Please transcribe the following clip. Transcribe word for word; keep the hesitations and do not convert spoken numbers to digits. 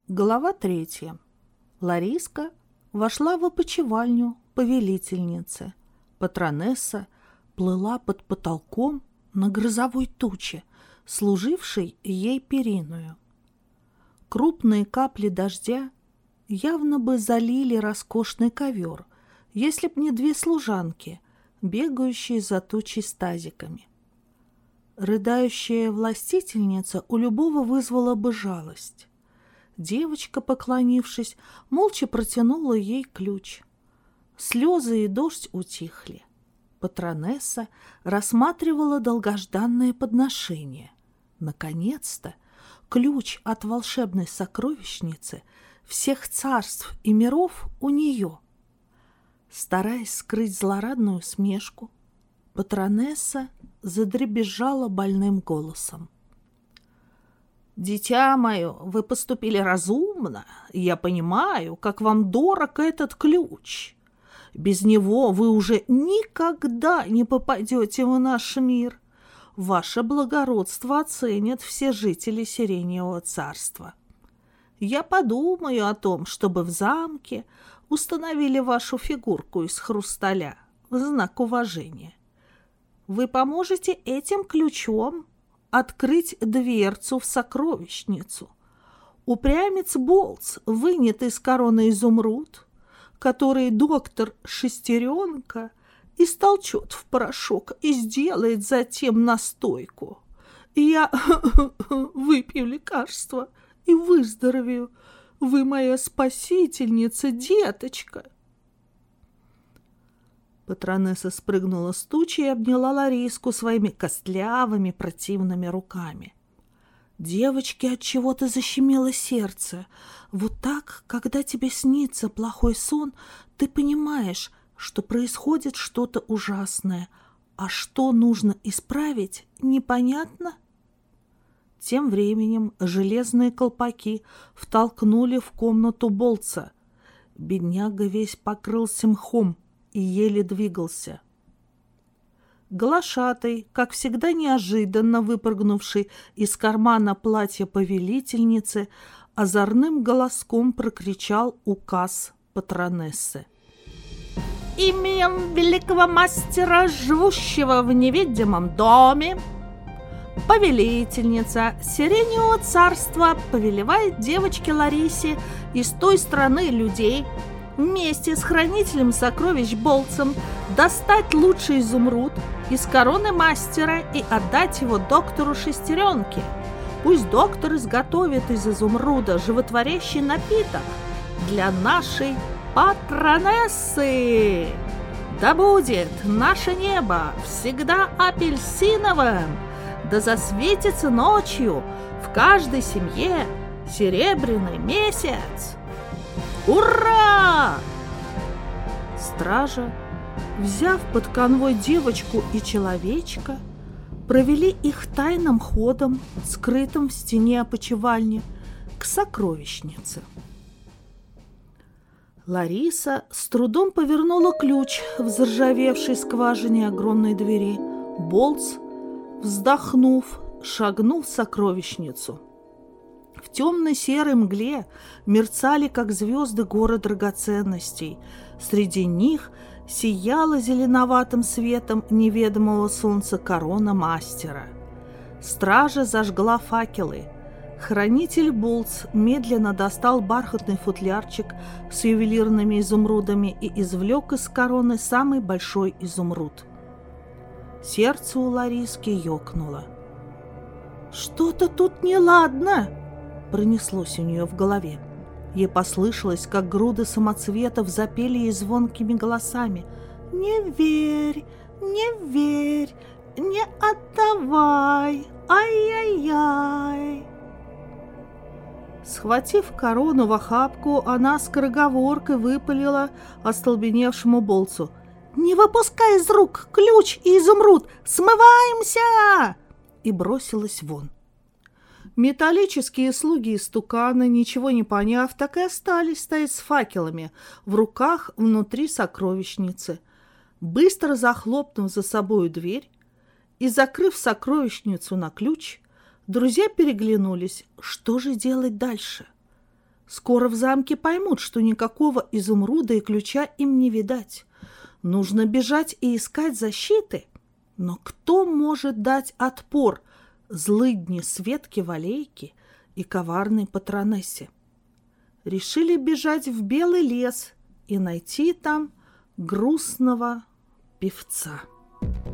Глава третья. Лариска вошла в опочивальню повелительницы. Патронесса плыла под потолком на грозовой туче, служившей ей периною. Крупные капли дождя явно бы залили роскошный ковер, если б не две служанки, бегающие за тучей с тазиками. Рыдающая властительница у любого вызвала бы жалость. Девочка, поклонившись, молча протянула ей ключ. Слезы и дождь утихли. Патронесса рассматривала долгожданное подношение. Наконец-то ключ от волшебной сокровищницы всех царств и миров у нее. Стараясь скрыть злорадную усмешку, патронесса задребезжала больным голосом. «Дитя мое, вы поступили разумно. Я понимаю, как вам дорог этот ключ. Без него вы уже никогда не попадете в наш мир. Ваше благородство оценят все жители Сиреневого царства. Я подумаю о том, чтобы в замке установили вашу фигурку из хрусталя в знак уважения. Вы поможете этим ключом открыть дверцу в сокровищницу. Упрямец Болтс вынет из короны изумруд, который доктор Шестеренка истолчет в порошок и сделает затем настойку. Я выпью лекарство и выздоровею. Вы моя спасительница, деточка. Патронесса спрыгнула с тучи и обняла Лариску своими костлявыми противными руками. Девочке от чего-то защемило сердце. Вот так, когда тебе снится плохой сон, ты понимаешь, что происходит что-то ужасное, а что нужно исправить, непонятно. Тем временем железные колпаки втолкнули в комнату Болтса. Бедняга весь покрылся мхом и еле двигался. Глашатай, как всегда неожиданно выпрыгнувший из кармана платья повелительницы, озорным голоском прокричал указ патронессы. «Именем великого мастера, живущего в невидимом доме, повелительница Сиреневого царства повелевает девочке Ларисе из той страны людей вместе с хранителем сокровищ Болтсом достать лучший изумруд из короны мастера и отдать его доктору Шестеренке. Пусть доктор изготовит из изумруда животворящий напиток для нашей патронессы. Да будет наше небо всегда апельсиновым, да засветится ночью в каждой семье серебряный месяц. Ура!» Стража, взяв под конвой девочку и человечка, провели их тайным ходом, скрытым в стене опочивальни, к сокровищнице. Лариса с трудом повернула ключ в заржавевшей скважине огромной двери. Болтс, вздохнув, шагнул в сокровищницу. В темной серой мгле мерцали, как звезды, горы драгоценностей. Среди них сияла зеленоватым светом неведомого солнца корона мастера. Стража зажгла факелы. Хранитель Болтс медленно достал бархатный футлярчик с ювелирными изумрудами и извлек из короны самый большой изумруд. Сердце у Лариски ёкнуло. «Что-то тут неладно!» пронеслось у нее в голове. Ей послышалось, как груды самоцветов запели ей звонкими голосами. «Не верь, не верь, не отдавай, ай-яй-яй!» Схватив корону в охапку, она скороговоркой выпалила остолбеневшему Болтсу: «Не выпускай из рук ключ и изумруд! Смываемся!» и бросилась вон. Металлические слуги истуканы, ничего не поняв, так и остались стоять с факелами в руках внутри сокровищницы. Быстро захлопнув за собою дверь и закрыв сокровищницу на ключ, друзья переглянулись, что же делать дальше. Скоро в замке поймут, что никакого изумруда и ключа им не видать. Нужно бежать и искать защиты. Но кто может дать отпор злыдне Светке-Валейке и коварной Патронессе? Решили бежать в Белый лес и найти там грустного певца.